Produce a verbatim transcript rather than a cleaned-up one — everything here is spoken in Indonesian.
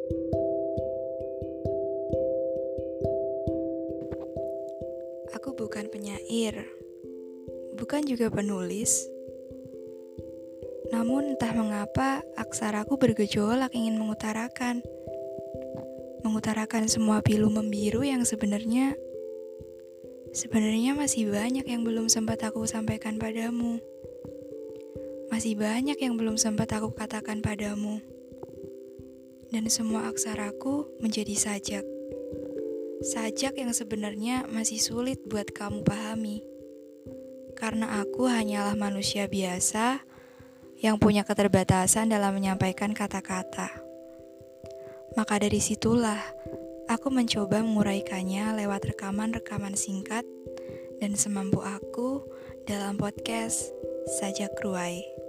Aku bukan penyair, bukan juga penulis. Namun entah mengapa aksaraku bergejolak ingin mengutarakan. Mengutarakan semua pilu membiru yang sebenarnya Sebenarnya masih banyak yang belum sempat aku sampaikan padamu. Masih banyak yang belum sempat aku katakan padamu. Dan semua aksaraku menjadi sajak. Sajak yang sebenarnya masih sulit buat kamu pahami. Karena aku hanyalah manusia biasa yang punya keterbatasan dalam menyampaikan kata-kata. Maka dari situlah aku mencoba menguraikannya lewat rekaman-rekaman singkat dan semampu aku dalam podcast Sajak Ruai.